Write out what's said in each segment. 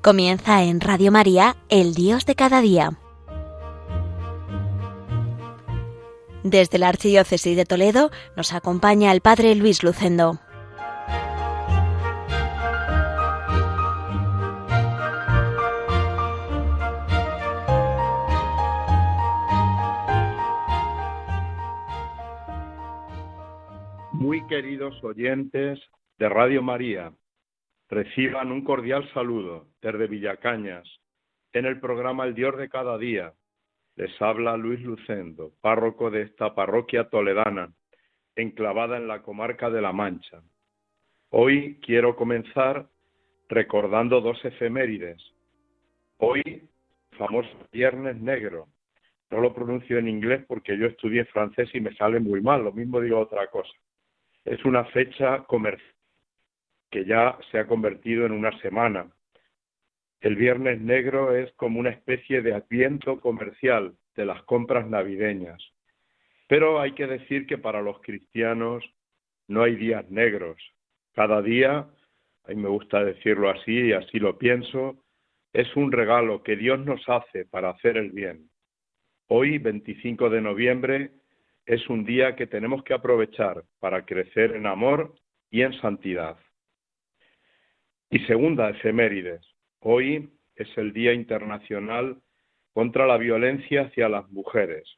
Comienza en Radio María, El Dios de cada día. Desde la Archidiócesis de Toledo nos acompaña el Padre Luis Lucendo. Muy queridos oyentes de Radio María, reciban un cordial saludo desde Villacañas en el programa El Dios de cada día. Les habla Luis Lucendo, párroco de esta parroquia toledana, enclavada en la comarca de La Mancha. Hoy quiero comenzar recordando dos efemérides. Hoy, famoso Viernes Negro. No lo pronuncio en inglés porque yo estudié francés y me sale muy mal, lo mismo digo otra cosa. Es una fecha comercial que ya se ha convertido en una semana. El Viernes Negro es como una especie de adviento comercial de las compras navideñas. Pero hay que decir que para los cristianos no hay días negros. Cada día, a mí me gusta decirlo así y así lo pienso, es un regalo que Dios nos hace para hacer el bien. Hoy, 25 de noviembre, es un día que tenemos que aprovechar para crecer en amor y en santidad. Y segunda efemérides, hoy es el Día Internacional contra la Violencia hacia las Mujeres.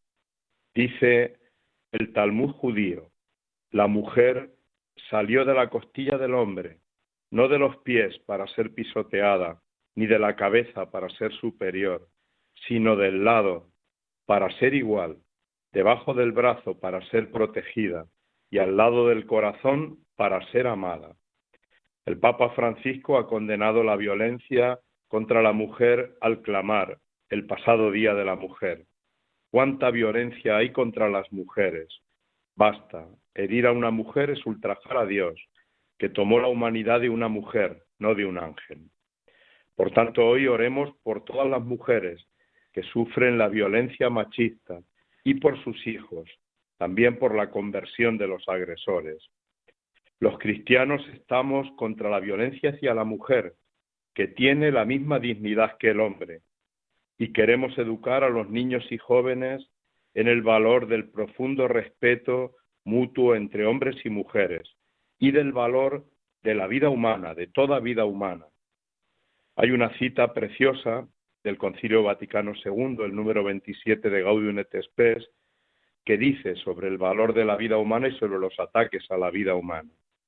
Dice el Talmud judío, la mujer salió de la costilla del hombre, no de los pies para ser pisoteada, ni de la cabeza para ser superior, sino del lado para ser igual, debajo del brazo para ser protegida y al lado del corazón para ser amada. El Papa Francisco ha condenado la violencia contra la mujer al clamar el pasado Día de la Mujer. ¿Cuánta violencia hay contra las mujeres? Basta, herir a una mujer es ultrajar a Dios, que tomó la humanidad de una mujer, no de un ángel. Por tanto, hoy oremos por todas las mujeres que sufren la violencia machista y por sus hijos, también por la conversión de los agresores. Los cristianos estamos contra la violencia hacia la mujer, que tiene la misma dignidad que el hombre, y queremos educar a los niños y jóvenes en el valor del profundo respeto mutuo entre hombres y mujeres, y del valor de la vida humana, de toda vida humana. Hay una cita preciosa del Concilio Vaticano II, el número 27 de Gaudium et Spes, que dice sobre el valor de la vida humana y sobre los ataques a la vida humana.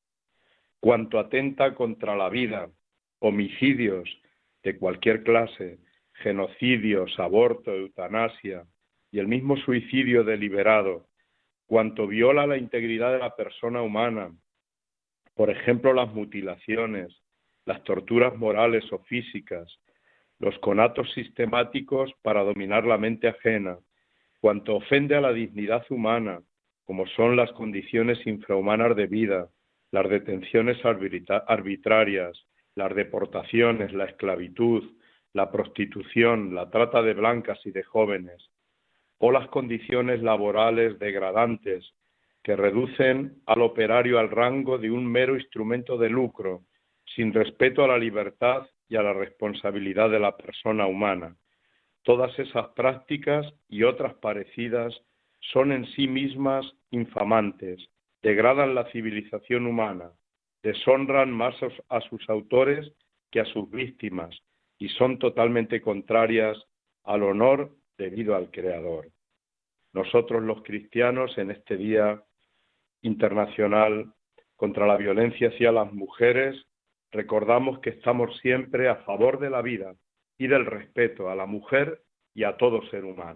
Cuanto atenta contra la vida, homicidios de cualquier clase, genocidios, aborto, eutanasia y el mismo suicidio deliberado, cuanto viola la integridad de la persona humana, por ejemplo las mutilaciones, las torturas morales o físicas, los conatos sistemáticos para dominar la mente ajena, cuanto ofende a la dignidad humana, como son las condiciones infrahumanas de vida, las detenciones arbitrarias, las deportaciones, la esclavitud, la prostitución, la trata de blancas y de jóvenes, o las condiciones laborales degradantes que reducen al operario al rango de un mero instrumento de lucro, sin respeto a la libertad y a la responsabilidad de la persona humana. Todas esas prácticas y otras parecidas son en sí mismas infamantes, degradan la civilización humana, deshonran más a sus autores que a sus víctimas y son totalmente contrarias al honor debido al Creador. Nosotros los cristianos en este Día Internacional contra la Violencia hacia las Mujeres recordamos que estamos siempre a favor de la vida y del respeto a la mujer y a todo ser humano.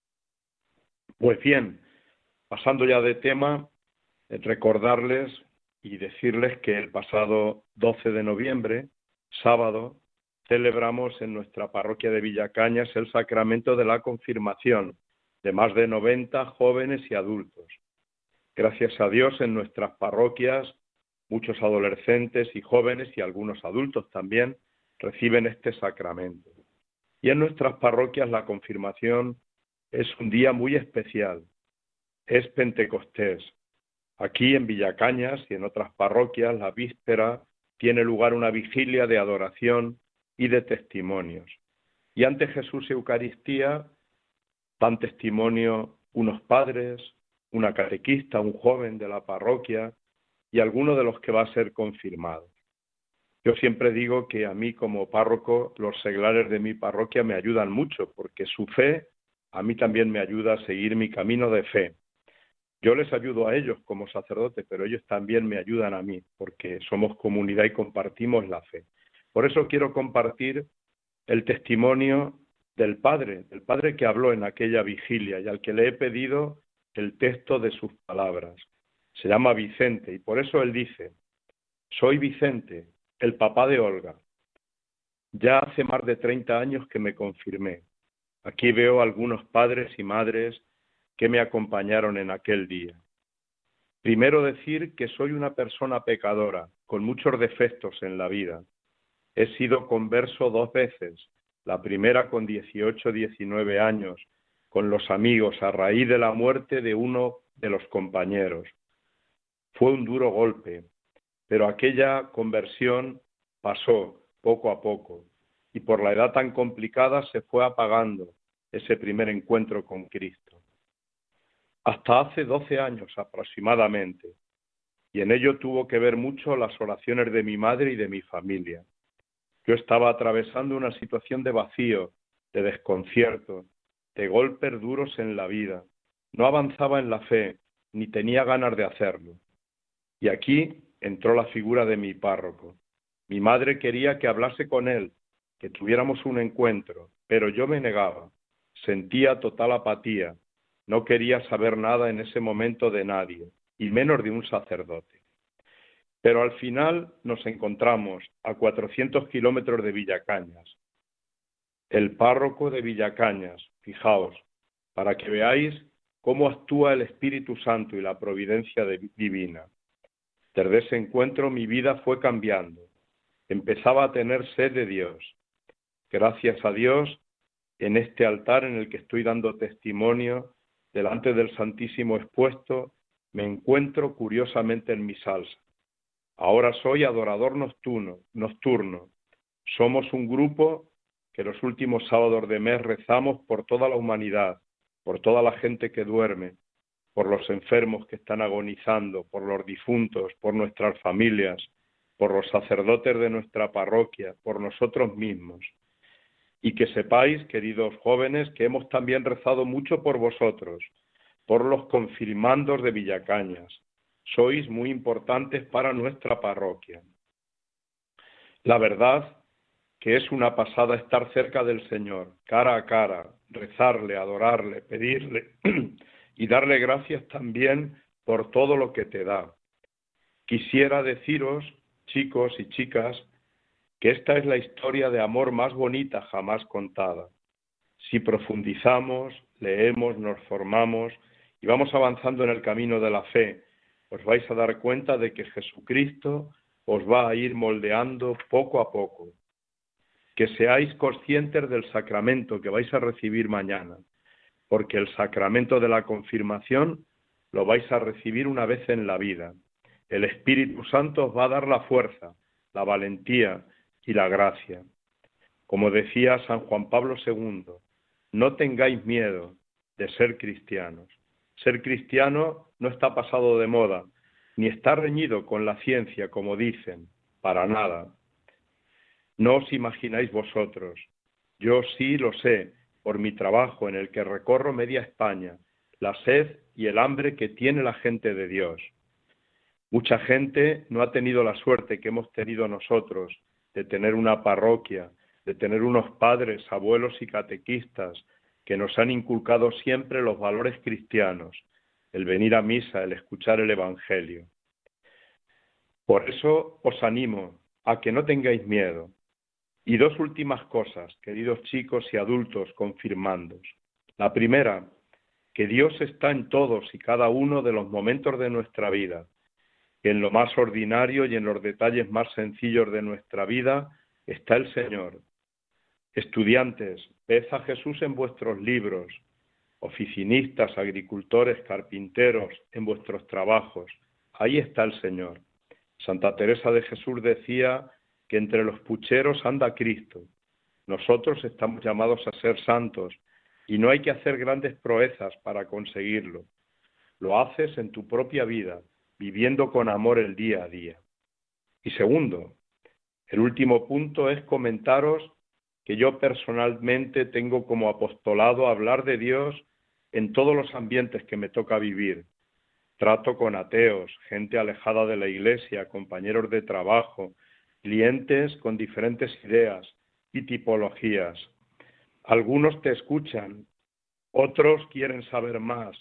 Pues bien, pasando ya de tema, recordarles y decirles que el pasado 12 de noviembre, sábado, celebramos en nuestra parroquia de Villacañas el sacramento de la confirmación de más de 90 jóvenes y adultos. Gracias a Dios en nuestras parroquias muchos adolescentes y jóvenes y algunos adultos también reciben este sacramento. Y en nuestras parroquias la confirmación es un día muy especial, es Pentecostés. Aquí en Villacañas y en otras parroquias la víspera tiene lugar una vigilia de adoración y de testimonios. Y ante Jesús y Eucaristía dan testimonio unos padres, una catequista, un joven de la parroquia y alguno de los que va a ser confirmado. Yo siempre digo que a mí como párroco, los seglares de mi parroquia me ayudan mucho, porque su fe a mí también me ayuda a seguir mi camino de fe. Yo les ayudo a ellos como sacerdote, pero ellos también me ayudan a mí, porque somos comunidad y compartimos la fe. Por eso quiero compartir el testimonio del padre que habló en aquella vigilia y al que le he pedido el texto de sus palabras. Se llama Vicente y por eso él dice: soy Vicente, el papá de Olga. Ya hace más de 30 años que me confirmé. Aquí veo algunos padres y madres que me acompañaron en aquel día. Primero decir que soy una persona pecadora, con muchos defectos en la vida. He sido converso 2 veces, la primera con 18, 19 años, con los amigos a raíz de la muerte de uno de los compañeros. Fue un duro golpe, pero aquella conversión pasó poco a poco y por la edad tan complicada se fue apagando ese primer encuentro con Cristo. Hasta hace 12 años aproximadamente, y en ello tuvo que ver mucho las oraciones de mi madre y de mi familia. Yo estaba atravesando una situación de vacío, de desconcierto, de golpes duros en la vida. No avanzaba en la fe, ni tenía ganas de hacerlo. Y aquí entró la figura de mi párroco. Mi madre quería que hablase con él, que tuviéramos un encuentro, pero yo me negaba. Sentía total apatía. No quería saber nada en ese momento de nadie, y menos de un sacerdote. Pero al final nos encontramos a 400 kilómetros de Villacañas. El párroco de Villacañas, fijaos, para que veáis cómo actúa el Espíritu Santo y la providencia divina. Desde ese encuentro mi vida fue cambiando. Empezaba a tener sed de Dios. Gracias a Dios, en este altar en el que estoy dando testimonio, delante del Santísimo expuesto, me encuentro curiosamente en mi salsa. Ahora soy adorador nocturno. Somos un grupo que los últimos sábados de mes rezamos por toda la humanidad, por toda la gente que duerme, por los enfermos que están agonizando, por los difuntos, por nuestras familias, por los sacerdotes de nuestra parroquia, por nosotros mismos. Y que sepáis, queridos jóvenes, que hemos también rezado mucho por vosotros, por los confirmandos de Villacañas. Sois muy importantes para nuestra parroquia. La verdad que es una pasada estar cerca del Señor, cara a cara, rezarle, adorarle, pedirle y darle gracias también por todo lo que te da. Quisiera deciros, chicos y chicas, que esta es la historia de amor más bonita jamás contada. Si profundizamos, leemos, nos formamos y vamos avanzando en el camino de la fe, os vais a dar cuenta de que Jesucristo os va a ir moldeando poco a poco. Que seáis conscientes del sacramento que vais a recibir mañana, porque el sacramento de la confirmación lo vais a recibir una vez en la vida. El Espíritu Santo os va a dar la fuerza, la valentía y la gracia. Como decía San Juan Pablo II, no tengáis miedo de ser cristianos. Ser cristiano no está pasado de moda, ni está reñido con la ciencia, como dicen, para nada. No os imagináis vosotros. Yo sí lo sé, por mi trabajo en el que recorro media España, la sed y el hambre que tiene la gente de Dios. Mucha gente no ha tenido la suerte que hemos tenido nosotros, de tener una parroquia, de tener unos padres, abuelos y catequistas que nos han inculcado siempre los valores cristianos, el venir a misa, el escuchar el Evangelio. Por eso os animo a que no tengáis miedo. Y 2 últimas cosas, queridos chicos y adultos confirmandos. La primera, que Dios está en todos y cada uno de los momentos de nuestra vida, que en lo más ordinario y en los detalles más sencillos de nuestra vida está el Señor. Estudiantes, ved a Jesús en vuestros libros, oficinistas, agricultores, carpinteros, en vuestros trabajos. Ahí está el Señor. Santa Teresa de Jesús decía que entre los pucheros anda Cristo. Nosotros estamos llamados a ser santos y no hay que hacer grandes proezas para conseguirlo. Lo haces en tu propia vida, viviendo con amor el día a día. Y segundo, el último punto es comentaros que yo personalmente tengo como apostolado hablar de Dios en todos los ambientes que me toca vivir. Trato con ateos, gente alejada de la iglesia, compañeros de trabajo, clientes con diferentes ideas y tipologías. Algunos te escuchan, otros quieren saber más,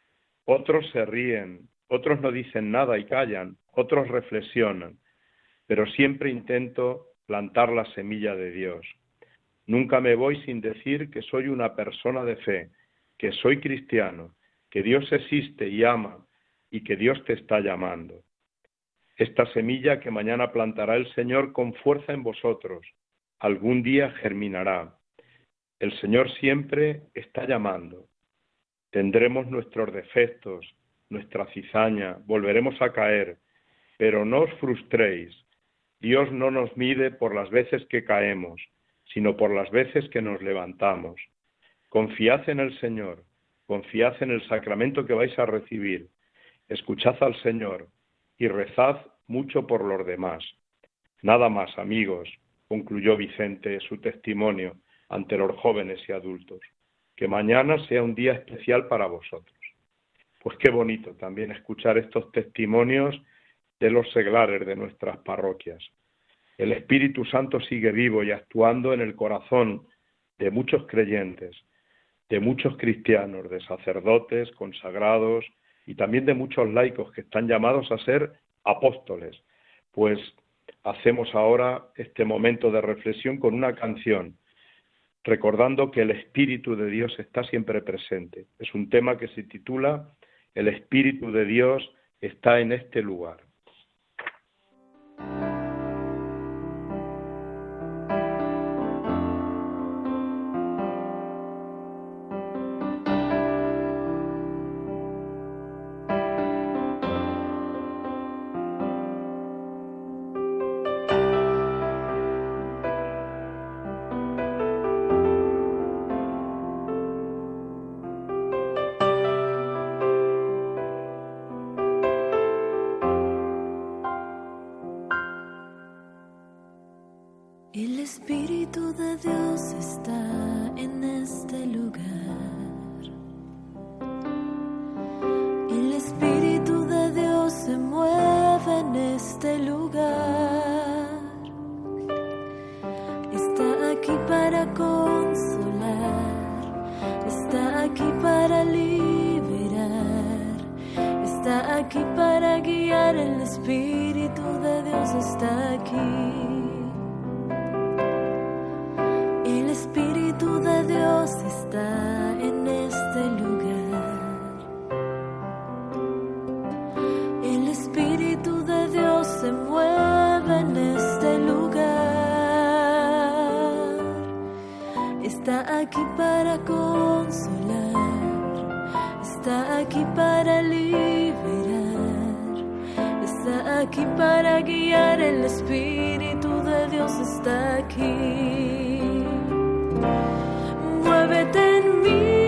otros se ríen, otros no dicen nada y callan, otros reflexionan, pero siempre intento plantar la semilla de Dios. Nunca me voy sin decir que soy una persona de fe, que soy cristiano, que Dios existe y ama y que Dios te está llamando. Esta semilla que mañana plantará el Señor con fuerza en vosotros, algún día germinará. El Señor siempre está llamando. Tendremos nuestros defectos, nuestra cizaña, volveremos a caer, pero no os frustréis. Dios no nos mide por las veces que caemos, sino por las veces que nos levantamos. Confiad en el Señor, confiad en el sacramento que vais a recibir, escuchad al Señor y rezad mucho por los demás. Nada más, amigos, concluyó Vicente su testimonio ante los jóvenes y adultos. Que mañana sea un día especial para vosotros. Pues qué bonito también escuchar estos testimonios de los seglares de nuestras parroquias. El Espíritu Santo sigue vivo y actuando en el corazón de muchos creyentes, de muchos cristianos, de sacerdotes, consagrados y también de muchos laicos que están llamados a ser apóstoles. Pues hacemos ahora este momento de reflexión con una canción, recordando que el Espíritu de Dios está siempre presente. Es un tema que se titula El Espíritu de Dios está en este lugar. El Espíritu de Dios está en este lugar. El Espíritu de Dios se mueve en este lugar. Está aquí para consolar, está aquí para liberar, está aquí para guiar. El Espíritu de Dios está aquí. El Espíritu de Dios está en este lugar. El Espíritu de Dios se mueve en este lugar. Está aquí para consolar, está aquí para liberar, está aquí para guiar. El Espíritu de Dios está aquí. Muévete en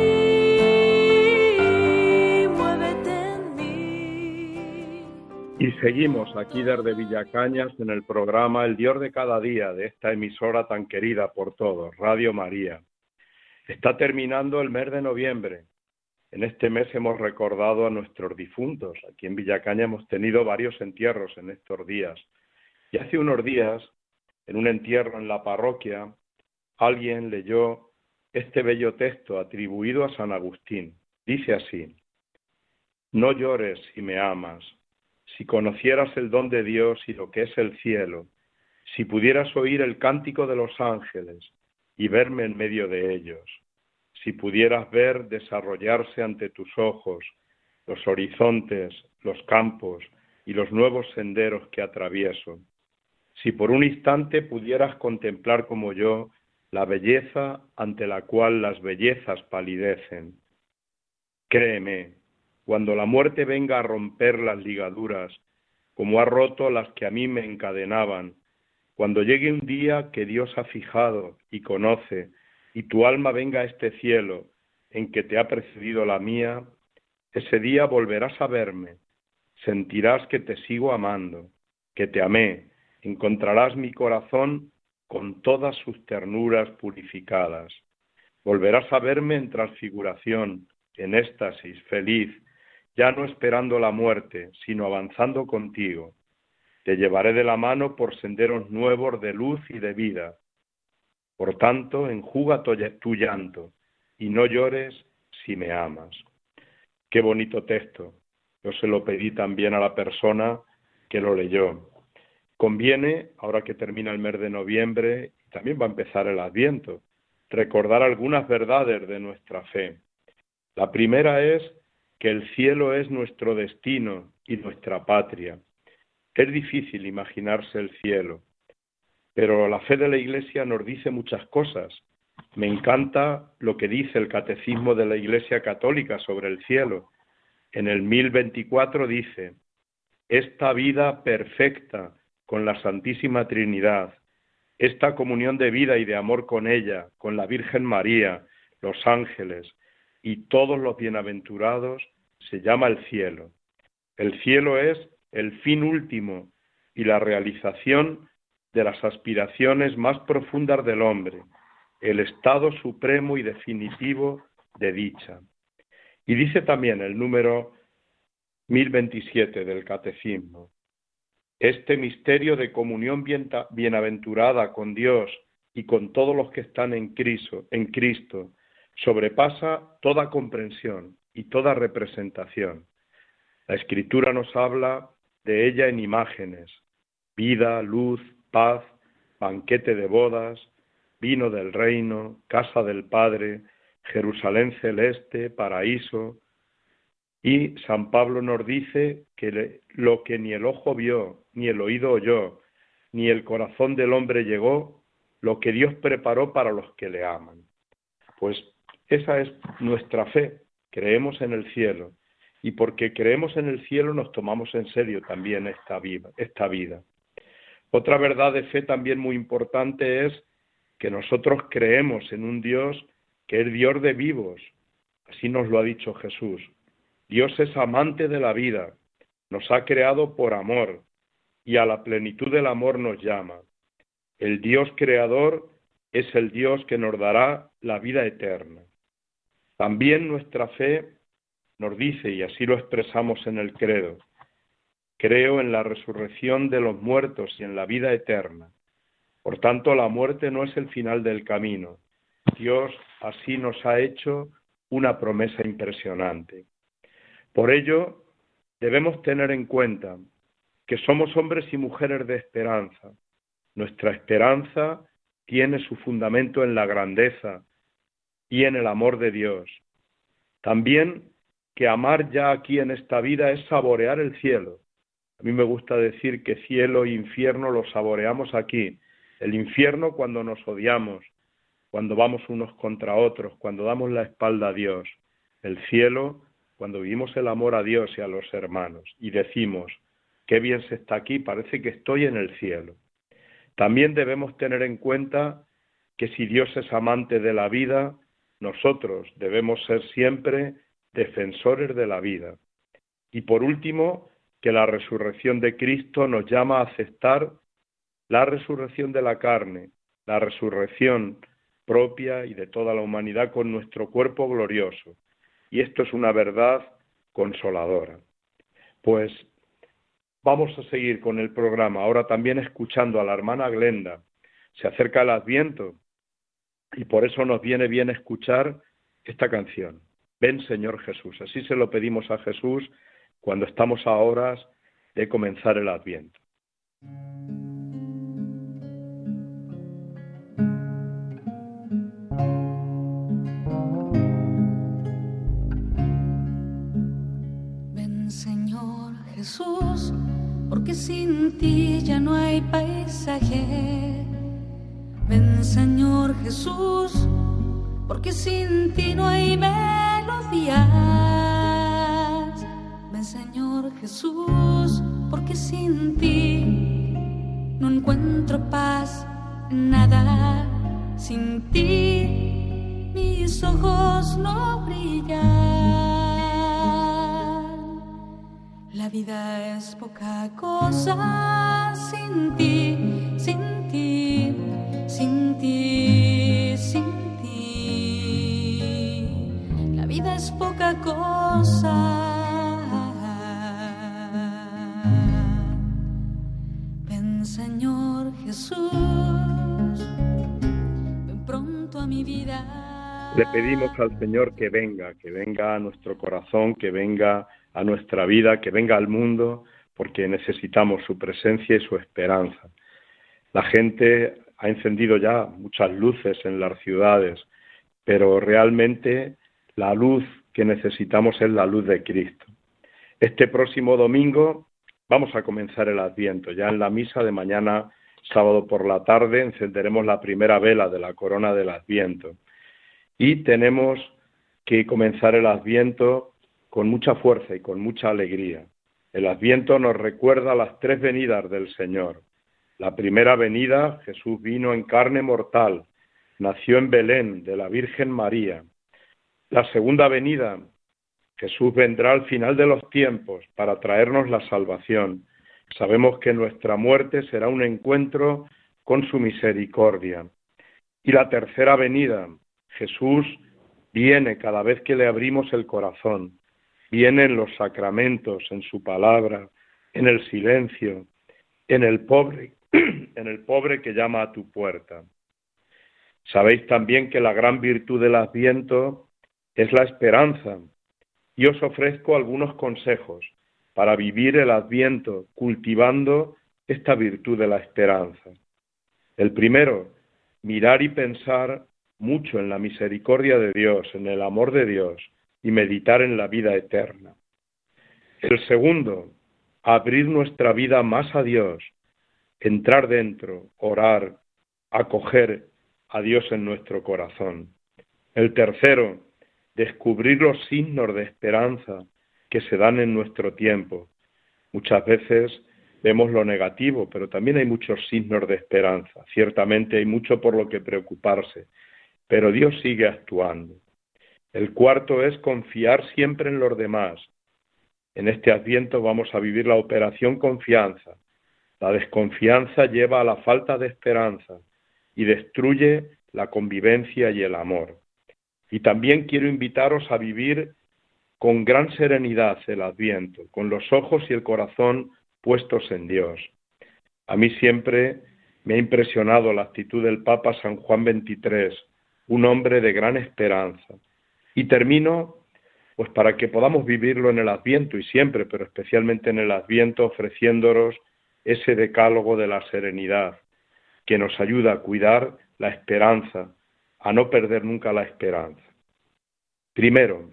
mí, muévete en mí. Y seguimos aquí desde Villacañas en el programa El Dios de cada día de esta emisora tan querida por todos, Radio María. Está terminando el mes de noviembre. En este mes hemos recordado a nuestros difuntos. Aquí en Villacaña hemos tenido varios entierros en estos días. Y hace unos días, en un entierro en la parroquia, alguien leyó este bello texto atribuido a San Agustín. Dice así: no llores si me amas, si conocieras el don de Dios y lo que es el cielo, si pudieras oír el cántico de los ángeles y verme en medio de ellos, si pudieras ver desarrollarse ante tus ojos los horizontes, los campos y los nuevos senderos que atravieso, si por un instante pudieras contemplar como yo la belleza ante la cual las bellezas palidecen. Créeme, cuando la muerte venga a romper las ligaduras, como ha roto las que a mí me encadenaban, Cuando llegue un día que Dios ha fijado y conoce, y tu alma venga a este cielo en que te ha precedido la mía, ese día volverás a verme, sentirás que te sigo amando, que te amé, encontrarás mi corazón con todas sus ternuras purificadas. Volverás a verme en transfiguración, en éxtasis, feliz, ya no esperando la muerte, sino avanzando contigo. Te llevaré de la mano por senderos nuevos de luz y de vida. Por tanto, enjuga tu llanto y no llores si me amas. Qué bonito texto. Yo se lo pedí también a la persona que lo leyó. Conviene, ahora que termina el mes de noviembre, y también va a empezar el Adviento, recordar algunas verdades de nuestra fe. La primera es que el cielo es nuestro destino y nuestra patria. Es difícil imaginarse el cielo, pero la fe de la Iglesia nos dice muchas cosas. Me encanta lo que dice el Catecismo de la Iglesia Católica sobre el cielo. En el 1024 dice: esta vida perfecta con la Santísima Trinidad, esta comunión de vida y de amor con ella, con la Virgen María, los ángeles y todos los bienaventurados, se llama el cielo. El cielo es el fin último y la realización de las aspiraciones más profundas del hombre, el estado supremo y definitivo de dicha. Y dice también el número 1027 del Catecismo: este misterio de comunión bienaventurada con Dios y con todos los que están en Cristo sobrepasa toda comprensión y toda representación. La Escritura nos habla de ella en imágenes: vida, luz, paz, banquete de bodas, vino del reino, casa del Padre, Jerusalén celeste, paraíso. Y San Pablo nos dice que lo que ni el ojo vio, ni el oído oyó, ni el corazón del hombre llegó, lo que Dios preparó para los que le aman. Pues esa es nuestra fe, creemos en el cielo, y porque creemos en el cielo nos tomamos en serio también esta vida. Otra verdad de fe también muy importante es que nosotros creemos en un Dios que es Dios de vivos, así nos lo ha dicho Jesús. Dios es amante de la vida, nos ha creado por amor y a la plenitud del amor nos llama. El Dios creador es el Dios que nos dará la vida eterna. También nuestra fe nos dice, y así lo expresamos en el credo: creo en la resurrección de los muertos y en la vida eterna. Por tanto, la muerte no es el final del camino. Dios así nos ha hecho una promesa impresionante. Por ello, debemos tener en cuenta que somos hombres y mujeres de esperanza. Nuestra esperanza tiene su fundamento en la grandeza y en el amor de Dios. También que amar ya aquí en esta vida es saborear el cielo. A mí me gusta decir que cielo e infierno lo saboreamos aquí. El infierno cuando nos odiamos, cuando vamos unos contra otros, cuando damos la espalda a Dios. El cielo cuando vivimos el amor a Dios y a los hermanos y decimos: qué bien se está aquí, parece que estoy en el cielo. También debemos tener en cuenta que si Dios es amante de la vida, nosotros debemos ser siempre defensores de la vida. Y por último, que la resurrección de Cristo nos llama a aceptar la resurrección de la carne, la resurrección propia y de toda la humanidad con nuestro cuerpo glorioso. Y esto es una verdad consoladora. Pues vamos a seguir con el programa, ahora también escuchando a la hermana Glenda. Se acerca el Adviento y por eso nos viene bien escuchar esta canción: Ven Señor Jesús. Así se lo pedimos a Jesús cuando estamos a horas de comenzar el Adviento. Ven Señor Jesús, porque sin ti ya no hay paisaje. Ven Señor Jesús, porque sin ti no hay melodías. Ven Señor Jesús, porque sin ti no encuentro paz, nada sin ti, mis ojos no brillan. La vida es poca cosa sin ti, sin ti, sin ti, sin ti. La vida es poca cosa. Ven, Señor Jesús, ven pronto a mi vida. Le pedimos al Señor que venga a nuestro corazón, que venga a nuestra vida, que venga al mundo, porque necesitamos su presencia y su esperanza. La gente ha encendido ya muchas luces en las ciudades, pero realmente la luz que necesitamos es la luz de Cristo. Este próximo domingo vamos a comenzar el Adviento. Ya en la misa de mañana, sábado por la tarde, encenderemos la primera vela de la corona del Adviento. Y tenemos que comenzar el Adviento con mucha fuerza y con mucha alegría. El Adviento nos recuerda las tres venidas del Señor. La primera venida, Jesús vino en carne mortal, nació en Belén de la Virgen María. La segunda venida, Jesús vendrá al final de los tiempos para traernos la salvación. Sabemos que nuestra muerte será un encuentro con su misericordia. Y la tercera venida, Jesús viene cada vez que le abrimos el corazón. Viene en los sacramentos, en su palabra, en el silencio, en el pobre que llama a tu puerta. Sabéis también que la gran virtud del Adviento es la esperanza, y os ofrezco algunos consejos para vivir el Adviento cultivando esta virtud de la esperanza. El primero, mirar y pensar mucho en la misericordia de Dios, en el amor de Dios, y meditar en la vida eterna. El segundo, abrir nuestra vida más a Dios, entrar dentro, orar, acoger a Dios en nuestro corazón. El tercero, descubrir los signos de esperanza que se dan en nuestro tiempo. Muchas veces vemos lo negativo, pero también hay muchos signos de esperanza. Ciertamente hay mucho por lo que preocuparse, pero Dios sigue actuando. El cuarto es confiar siempre en los demás. En este Adviento vamos a vivir la operación confianza. La desconfianza lleva a la falta de esperanza y destruye la convivencia y el amor. Y también quiero invitaros a vivir con gran serenidad el Adviento, con los ojos y el corazón puestos en Dios. A mí siempre me ha impresionado la actitud del Papa San Juan XXIII, un hombre de gran esperanza. Y termino, pues para que podamos vivirlo en el Adviento y siempre, pero especialmente en el Adviento, ofreciéndonos ese decálogo de la serenidad, que nos ayuda a cuidar la esperanza, a no perder nunca la esperanza. Primero,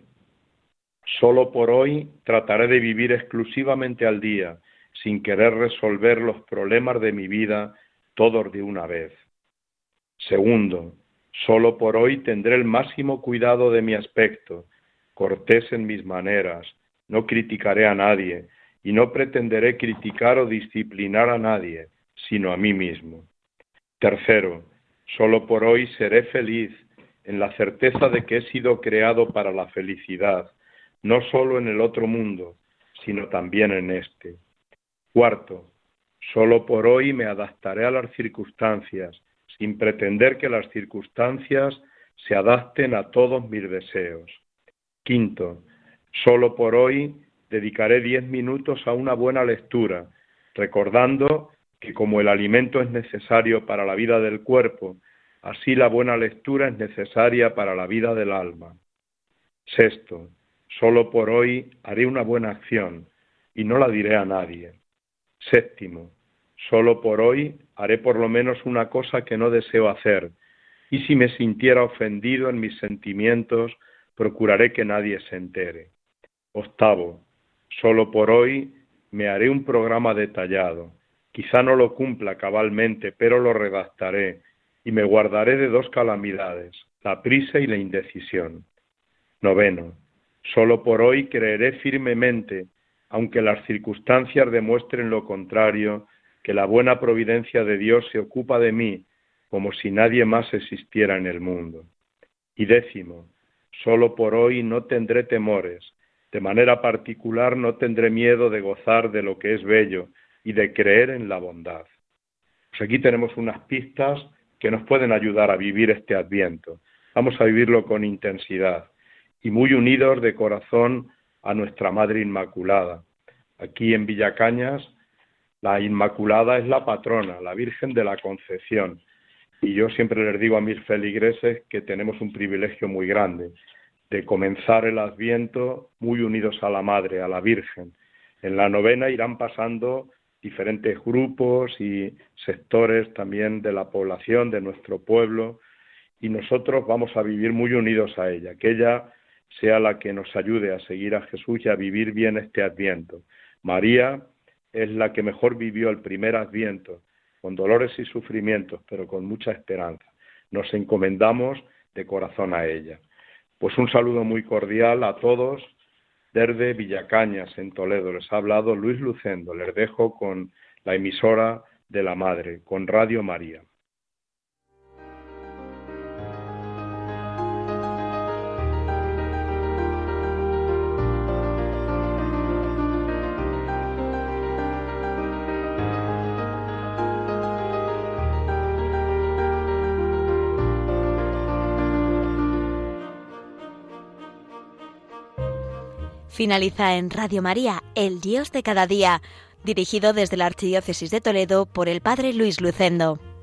solo por hoy trataré de vivir exclusivamente al día, sin querer resolver los problemas de mi vida todos de una vez. Segundo, solo por hoy tendré el máximo cuidado de mi aspecto, cortés en mis maneras, no criticaré a nadie y no pretenderé criticar o disciplinar a nadie, sino a mí mismo. Tercero, solo por hoy seré feliz en la certeza de que he sido creado para la felicidad, no solo en el otro mundo, sino también en este. Cuarto, solo por hoy me adaptaré a las circunstancias, sin pretender que las circunstancias se adapten a todos mis deseos. Quinto, solo por hoy dedicaré 10 minutos a una buena lectura, recordando que como el alimento es necesario para la vida del cuerpo, así la buena lectura es necesaria para la vida del alma. Sexto, solo por hoy haré una buena acción y no la diré a nadie. Séptimo, solo por hoy haré por lo menos una cosa que no deseo hacer, y si me sintiera ofendido en mis sentimientos, procuraré que nadie se entere. Octavo, solo por hoy me haré un programa detallado. Quizá no lo cumpla cabalmente, pero lo redactaré, y me guardaré de dos calamidades, la prisa y la indecisión. Noveno, solo por hoy creeré firmemente, aunque las circunstancias demuestren lo contrario, que la buena providencia de Dios se ocupa de mí como si nadie más existiera en el mundo. Y 10, solo por hoy no tendré temores, de manera particular no tendré miedo de gozar de lo que es bello y de creer en la bondad. Pues aquí tenemos unas pistas que nos pueden ayudar a vivir este Adviento. Vamos a vivirlo con intensidad y muy unidos de corazón a nuestra Madre Inmaculada. Aquí en Villacañas, la Inmaculada es la patrona, la Virgen de la Concepción. Y yo siempre les digo a mis feligreses que tenemos un privilegio muy grande de comenzar el Adviento muy unidos a la Madre, a la Virgen. En la novena irán pasando diferentes grupos y sectores también de la población, de nuestro pueblo, y nosotros vamos a vivir muy unidos a ella, que ella sea la que nos ayude a seguir a Jesús y a vivir bien este Adviento. María es la que mejor vivió el primer Adviento, con dolores y sufrimientos, pero con mucha esperanza. Nos encomendamos de corazón a ella. Pues un saludo muy cordial a todos desde Villacañas, en Toledo. Les ha hablado Luis Lucendo. Les dejo con la emisora de la Madre, con Radio María. Finaliza en Radio María, El Dios de cada día, dirigido desde la Archidiócesis de Toledo por el Padre Luis Lucendo.